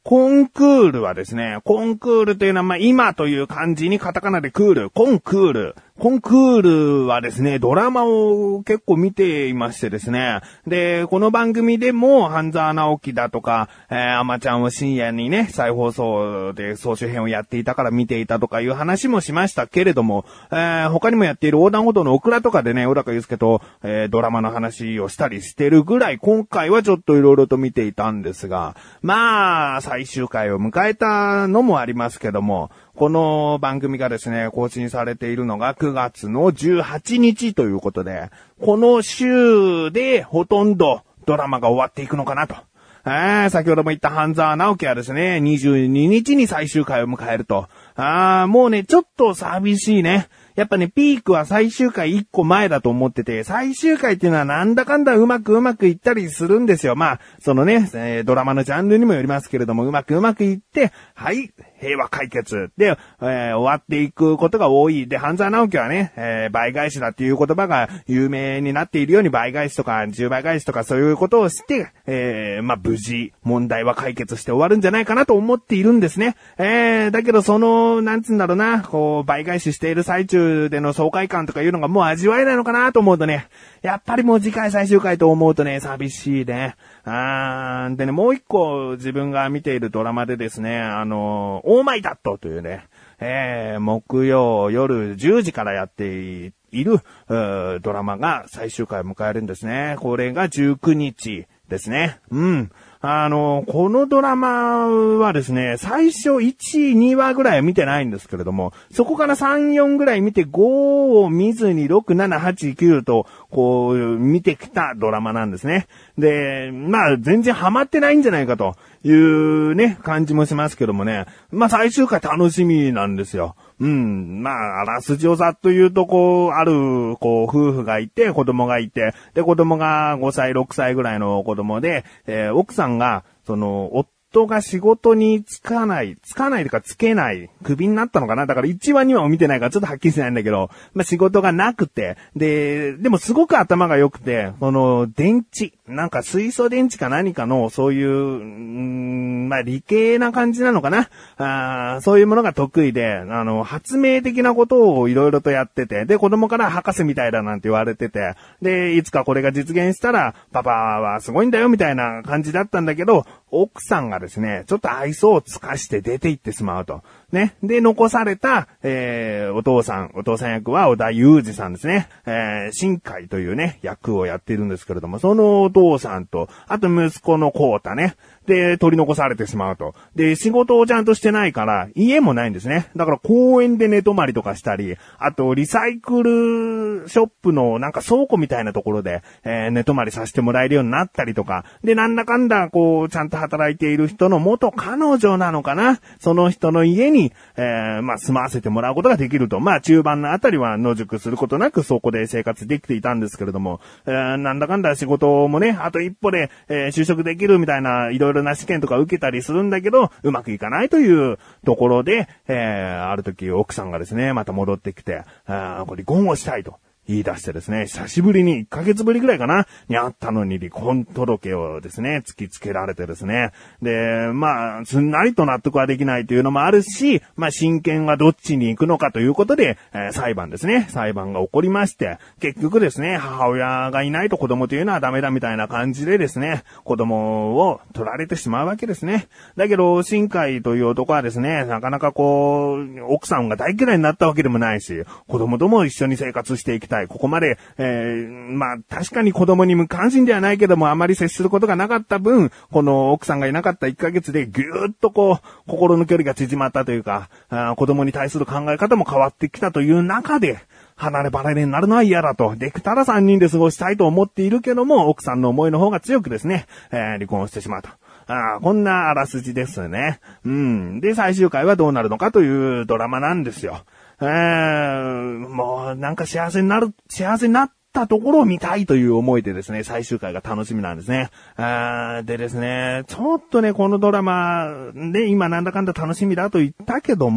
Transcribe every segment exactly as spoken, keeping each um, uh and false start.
コンクールはですね、コンクールというのは、まあ、今という漢字にカタカナでクール、コンクール。コンクールはですね、ドラマを結構見ていましてですね。で、この番組でも、半沢直樹だとか、えー、アマちゃんを深夜にね、再放送で総集編をやっていたから見ていたとかいう話もしましたけれども、えー、他にもやっている横断歩道のオクラとかでね、小高祐介と、えー、ドラマの話をしたりしてるぐらい、今回はちょっといろいろと見ていたんですが、まあ、最終回を迎えたのもありますけども、この番組がですね、更新されているのがくがつのじゅうはちにちということで、この週でほとんどドラマが終わっていくのかなと。あ先ほども言った半沢直樹はですね、にじゅうににちに最終回を迎えると。ああ、もうね、ちょっと寂しいね。やっぱね、ピークは最終回いっこまえだと思ってて、最終回っていうのはなんだかんだうまくうまくいったりするんですよ。まあ、そのね、えー、ドラマのジャンルにもよりますけれども、うまくうまくいって、はい、平和解決で、えー、終わっていくことが多い。で、半沢直樹はね、えー、倍返しだっていう言葉が有名になっているように、倍返しとかじゅうばい返しとかそういうことをして、えー、まあ、無事、問題は解決して終わるんじゃないかなと思っているんですね。えー、だけどその、なんつうんだろうな、こう、倍返ししている最中での爽快感とかいうのがもう味わえないのかなと思うとね、やっぱりもう次回最終回と思うとね、寂しいね。あーでね、もう一個自分が見ているドラマでですね、あの、オーマイダットというね、えー、木曜夜じゅうじからやっているドラマが最終回を迎えるんですね。これがじゅうくにちですね。うん。あの、このドラマはですね、最初いち、にわぐらいは見てないんですけれども、そこからさん、よんぐらい見てごを見ずにろく、なな、はち、きゅうとこう見てきたドラマなんですね。で、まあ全然ハマってないんじゃないかというね、感じもしますけどもね、まあ最終回楽しみなんですよ。うん。まあ、あらすじをざっと言うと、こう、ある、こう、夫婦がいて、子供がいて、で、子供がごさい、ろくさいぐらいの子供で、えー、奥さんが、その、夫が仕事に就かない、就かないとかつけない、クビになったのかな。だからいちわにわも見てないからちょっとはっきりしないんだけど、まあ仕事がなくて、で、でもすごく頭が良くて、この電池、なんか水素電池か何かの、そういう、うーん、まあ理系な感じなのかな。あそういうものが得意で、あの、発明的なことをいろいろとやってて、で、子供から博士みたいだなんて言われてて、で、いつかこれが実現したら、パパはすごいんだよみたいな感じだったんだけど、奥さんがですね、ちょっと愛想を尽かして出て行ってしまうと。ね。で、残された、えー、お父さん、お父さん役は小田裕二さんですね。えー、新海というね、役をやっているんですけれども、そのお父さんと、あと息子の光太ね。で、取り残されてしまうと。で、仕事をちゃんとしてないから、家もないんですね。だから公園で寝泊まりとかしたり、あと、リサイクルショップのなんか倉庫みたいなところで、えー、寝泊まりさせてもらえるようになったりとか、で、なんだかんだ、こう、ちゃんと働いている人の元彼女なのかな、その人の家に、えー、まあ、住まわせてもらうことができると。まあ、中盤のあたりは野宿することなく、そこで生活できていたんですけれども、えー、なんだかんだ仕事もね、あと一歩で、えー、就職できるみたいな、いろいろな試験とか受けたりするんだけど、うまくいかないというところで、えー、ある時奥さんがですね、また戻ってきて、あこれ離婚をしたいと言い出してですね、久しぶりにいっかげつぶりぐらいかなに会ったのに離婚届をですね、突きつけられてですね。で、まあ、すんなりと納得はできないというのもあるし、まあ、親権はどっちに行くのかということで、えー、裁判ですね。裁判が起こりまして、結局ですね、母親がいないと子供というのはダメだみたいな感じでですね、子供を取られてしまうわけですね。だけど、新海という男はですね、なかなかこう、奥さんが大嫌いになったわけでもないし、子供とも一緒に生活していきたい。ここまで、えー、まあ確かに子供に無関心ではないけどもあまり接することがなかった分、この奥さんがいなかったいっかげつでぎゅーっとこう、心の距離が縮まったというか、あ子供に対する考え方も変わってきたという中で、離れ離れになるのは嫌だと。できたらさんにんで過ごしたいと思っているけども、奥さんの思いの方が強くですね、えー、離婚をしてしまうと。あこんなあらすじですね。うん。で、最終回はどうなるのかというドラマなんですよ。えー、もうなんか幸せになる、幸せになったところを見たいという思いでですね、最終回が楽しみなんですね。あでですね、ちょっとね、このドラマで今なんだかんだ楽しみだと言ったけども、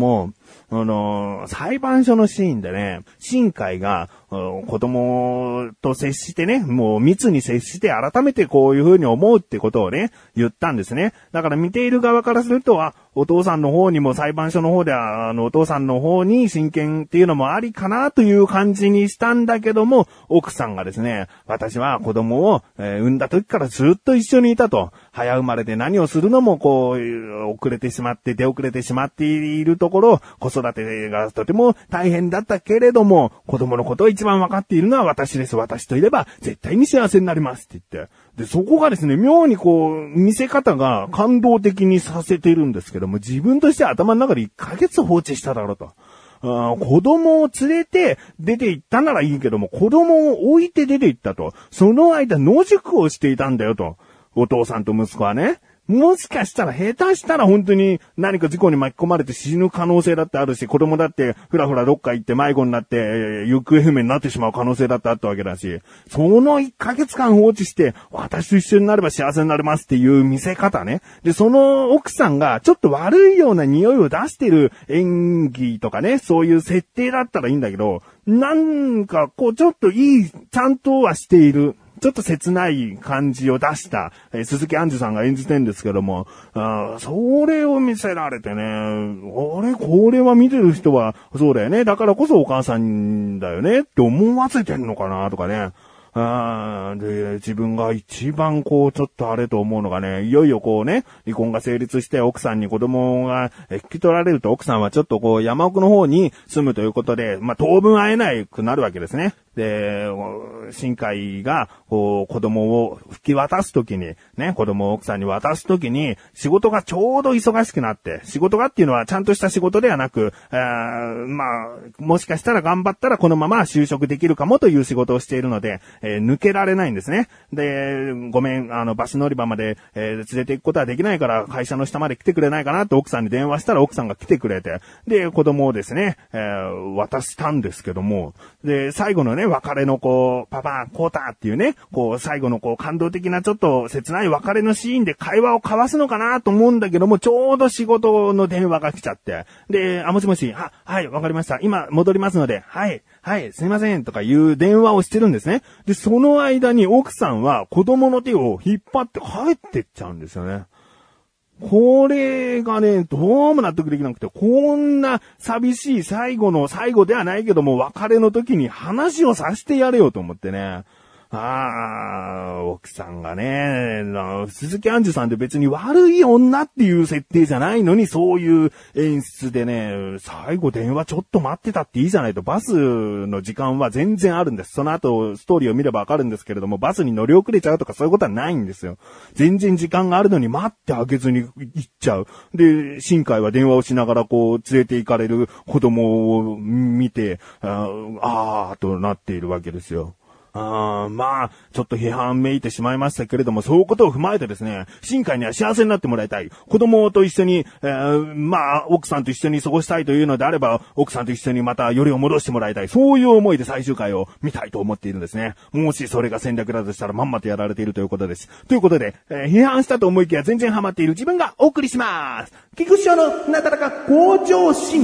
あのー、裁判所のシーンでね、新海が、子供と接してね、もう密に接して改めてこういう風に思うってことをね、言ったんですね。だから見ている側からするとは、お父さんの方にも裁判所の方では、あの、お父さんの方に親権っていうのもありかなという感じにしたんだけども、奥さんがですね、私は子供を、えー、産んだ時からずっと一緒にいたと。早生まれで何をするのもこう、遅れてしまって出遅れてしまっているところ、子育てがとても大変だったけれども、子供のことを一番分かっているのは私です。私といれば絶対に幸せになりますって言って。で、そこがですね、妙にこう、見せ方が感動的にさせているんですけども、自分としては頭の中でいっかげつ放置しただろうと。あ子供を連れて出て行ったならいいけども、子供を置いて出て行ったと。その間野宿をしていたんだよと。お父さんと息子はね。もしかしたら下手したら本当に何か事故に巻き込まれて死ぬ可能性だってあるし、子供だってふらふらどっか行って迷子になって行方不明になってしまう可能性だってあったわけだし、そのいっかげつかん放置して私と一緒になれば幸せになれますっていう見せ方ね。で、その奥さんがちょっと悪いような匂いを出してる演技とかね、そういう設定だったらいいんだけど、なんかこうちょっといい、ちゃんとはしている。ちょっと切ない感じを出した、えー、鈴木杏樹さんが演じてんですけども、あそれを見せられてね、あれ、これは見てる人は、そうだよね。だからこそお母さんだよねって思わせてんのかなとかね。あで、自分が一番こう、ちょっとあれと思うのがね、いよいよこうね、離婚が成立して奥さんに子供が引き取られると奥さんはちょっとこう山奥の方に住むということで、まあ当分会えなくなるわけですね。で、新海がこう子供を引き渡すときに、ね、子供を奥さんに渡すときに、仕事がちょうど忙しくなって、仕事がっていうのはちゃんとした仕事ではなく、あまあ、もしかしたら頑張ったらこのまま就職できるかもという仕事をしているので、えー、抜けられないんですね。で、ごめん、あの、バス乗り場まで、えー、連れて行くことはできないから、会社の下まで来てくれないかなって奥さんに電話したら奥さんが来てくれて、で、子供をですね、えー、渡したんですけども、で、最後のね、別れのこう、パパ、コータっていうね、こう、最後のこう、感動的なちょっと切ない別れのシーンで会話を交わすのかなと思うんだけども、ちょうど仕事の電話が来ちゃって、で、あ、もしもし、は、はい、わかりました。今戻りますので、はい、はい、すいません、とかいう電話をしてるんですね。で、その間に奥さんは子供の手を引っ張って帰ってっちゃうんですよね。これがね、どうも納得できなくて、こんな寂しい最後の最後ではないけども、別れの時に話をさせてやれよと思ってね。ああ、奥さんがね、鈴木杏樹さんって別に悪い女っていう設定じゃないのに、そういう演出でね、最後電話ちょっと待ってたっていいじゃないと。バスの時間は全然あるんです。その後ストーリーを見ればわかるんですけれども、バスに乗り遅れちゃうとかそういうことはないんですよ。全然時間があるのに待ってあげずに行っちゃう。で、新海は電話をしながらこう連れて行かれる子供を見て、あーあーとなっているわけですよ。あまあ、ちょっと批判めいてしまいましたけれども、そういうことを踏まえてですね、新海には幸せになってもらいたい。子供と一緒に、えー、まあ、奥さんと一緒に過ごしたいというのであれば、奥さんと一緒にまたよりを戻してもらいたい。そういう思いで最終回を見たいと思っているんですね。もしそれが戦略だとしたらまんまとやられているということです。ということで、えー、批判したと思いきや全然ハマっている自分がお送りします。菊池翔のなだらか向上心。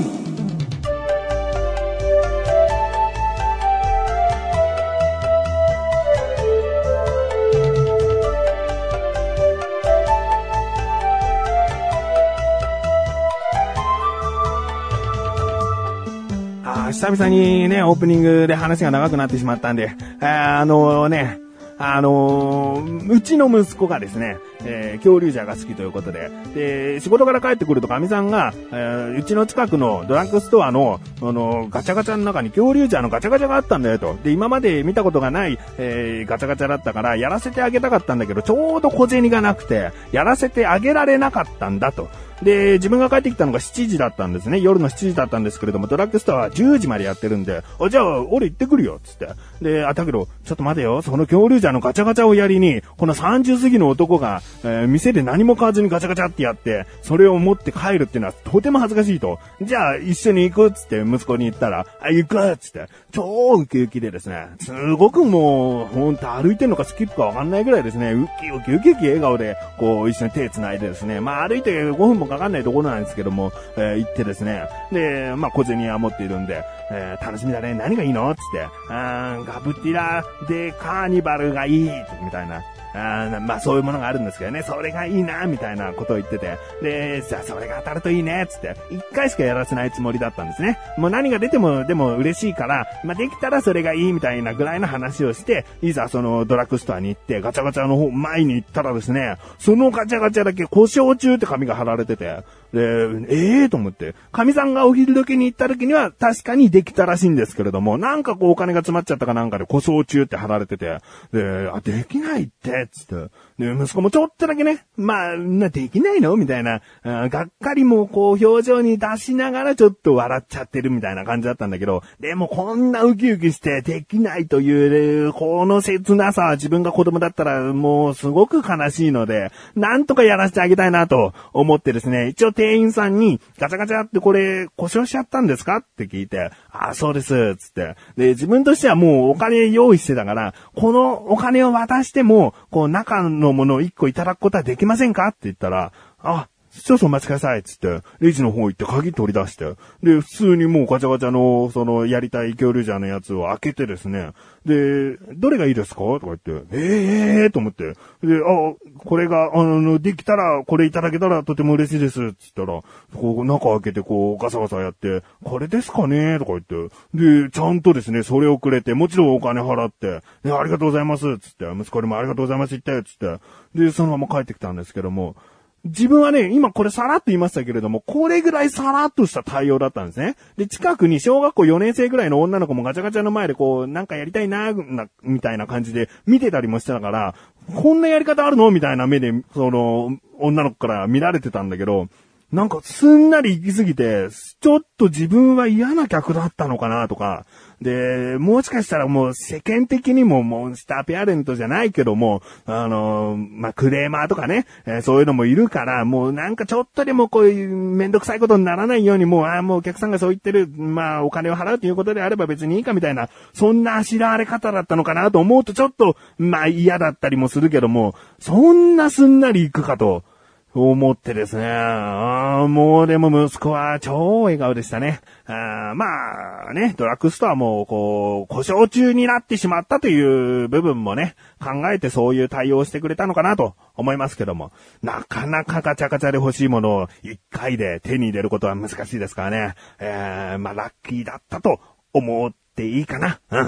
久々にね、オープニングで話が長くなってしまったんで、あのね、あのー、うちの息子がですね、えー、恐竜ジャーが好きということで、で、仕事から帰ってくるとかみさんが、えー、うちの近くのドラッグストアの、あのー、ガチャガチャの中に恐竜ジャーのガチャガチャがあったんだよと。で、今まで見たことがない、えー、ガチャガチャだったから、やらせてあげたかったんだけど、ちょうど小銭がなくて、やらせてあげられなかったんだと。で、自分が帰ってきたのがしちじだったんですね。夜のしちじだったんですけれども、ドラッグストアはじゅうじまでやってるんで、あ、じゃあ、俺行ってくるよ、つって。で、あ、だけど、ちょっと待てよ、その恐竜ジャーのガチャガチャをやりに、このさんじゅう過ぎの男が、 えー、店で何も買わずにガチャガチャってやって、それを持って帰るっていうのはとても恥ずかしいと。じゃあ一緒に行くっつって息子に言ったら、あ、行くっつって、超ウキウキでですね、すごくもう、ほんと歩いてんのかスキップかわかんないぐらいですね、ウキウキウキウキ笑顔で、こう一緒に手繋いでですね、まあ歩いてごふんもかかんないところなんですけども、えー、行ってですね、で、まあ小銭は持っているんで、えー、楽しみだね、何がいいのつって、あーガブティラでカーニバルがいいみたいな。あまあそういうものがあるんですけどね、それがいいなみたいなことを言ってて、で、じゃあそれが当たるといいねつって、一回しかやらせないつもりだったんですね。もう何が出てもでも嬉しいから、まあできたらそれがいいみたいなぐらいの話をして、いざそのドラッグストアに行ってガチャガチャの方前に行ったらですね、そのガチャガチャだけ故障中って紙が貼られてて、で、ええー、と思って、神さんがお昼時に行った時には確かにできたらしいんですけれども、なんかこうお金が詰まっちゃったかなんかで故障中って貼られてて、で、あ、できないって、つって。で、息子もちょっとだけね、まあ、な、できないのみたいな、がっかりもこう表情に出しながらちょっと笑っちゃってるみたいな感じだったんだけど、でもこんなウキウキしてできないという、この切なさは自分が子供だったらもうすごく悲しいので、なんとかやらせてあげたいなと思ってですね、一応店員さんにガチャガチャってこれ故障しちゃったんですかって聞いて、あ、そうです、つって。で、自分としてはもうお金用意してたから、このお金を渡しても、こう中のものを一個いただくことはできませんかって言ったら、あ、少々お待ちください、つって、レジの方行って鍵取り出して、で、普通にもうガチャガチャの、その、やりたい恐竜ジャーのやつを開けてですね、で、どれがいいですかとか言って、えー、えーと思って、で、あ、これが、あの、できたら、これいただけたらとても嬉しいです、つったら、こう、中開けてこう、ガサガサやって、これですかねとか言って、で、ちゃんとですね、それをくれて、もちろんお金払って、で、ありがとうございます、つって、息子にもありがとうございます言ったよ、つって、で、そのまま帰ってきたんですけども、自分はね、今これさらっと言いましたけれども、これぐらいさらっとした対応だったんですね。で、近くに小学校よねん生ぐらいの女の子もガチャガチャの前でこう、なんかやりたいな、な、みたいな感じで見てたりもしてたから、こんなやり方あるのみたいな目で、その、女の子から見られてたんだけど、なんかすんなり行き過ぎて、ちょっと自分は嫌な客だったのかなとか、で、もしかしたらもう世間的にもモンスターペアレントじゃないけども、あの、まあ、クレーマーとかね、えー、そういうのもいるから、もうなんかちょっとでもこういうめんどくさいことにならないように、もう、ああ、もうお客さんがそう言ってる、まあ、お金を払うということであれば別にいいかみたいな、そんなあしらわれ方だったのかなと思うとちょっと、まあ、嫌だったりもするけども、そんなすんなり行くかと、思ってですね。あもうでも息子は超笑顔でしたね。あまあね、ドラッグストアもこう、故障中になってしまったという部分もね、考えてそういう対応をしてくれたのかなと思いますけども、なかなかガチャガチャで欲しいものを一回で手に入れることは難しいですからね。えー、まあラッキーだったと思っていいかな。うん。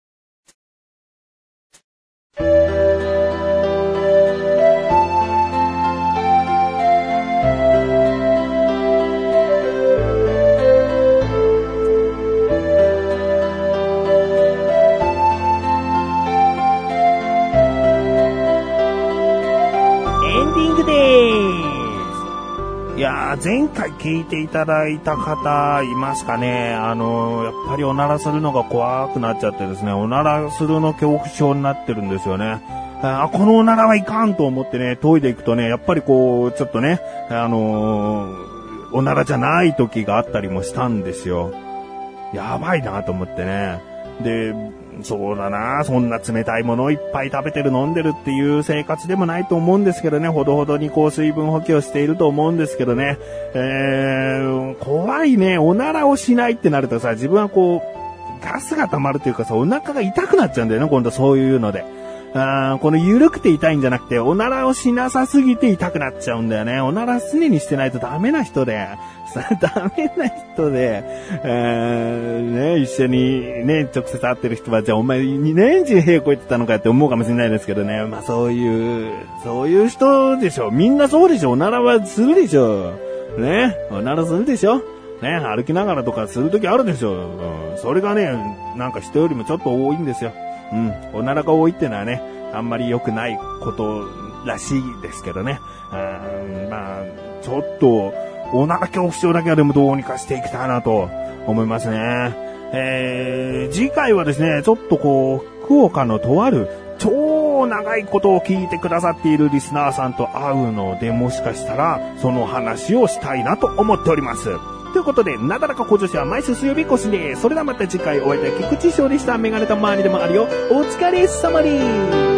いやー、前回聞いていただいた方いますかね。あのー、やっぱりおならするのが怖くなっちゃってですね、おならするの恐怖症になってるんですよね。あ、このおならはいかんと思ってね、トイレ行くとね、やっぱりこう、ちょっとね、あのー、おならじゃない時があったりもしたんですよ。やばいなと思ってね。で、そうだな、そんな冷たいものをいっぱい食べてる飲んでるっていう生活でもないと思うんですけどね、ほどほどにこう水分補給をしていると思うんですけどね、えー、怖いね、おならをしないってなるとさ、自分はこう、ガスが溜まるというかさ、お腹が痛くなっちゃうんだよね、今度そういうので。あこの緩くて痛いんじゃなくて、おならをしなさすぎて痛くなっちゃうんだよね。おなら常にしてないとダメな人で、ダメな人で、えー、ね、一緒にね、直接会ってる人は、じゃあお前にねん中屁こいてたのかって思うかもしれないですけどね。まあそういう、そういう人でしょ。みんなそうでしょ。おならはするでしょ。ね、おならするでしょ。ね、歩きながらとかするときあるでしょ。うん、それがね、なんか人よりもちょっと多いんですよ。うん、おならが多いってのはね、あんまり良くないことらしいですけどね。うんまあ、ちょっと、おなら恐怖症だけはでもどうにかしていきたいなと思いますね。えー、次回はですね、ちょっとこう、福岡のとある超構長いことを聞いてくださっているリスナーさんと会うので、もしかしたらその話をしたいなと思っております。ということで、なだらか向上心は毎週水曜日更新です。それではまた次回お会いいたい菊池翔でした。メガネたまわりでもあるよ。お疲れ様です。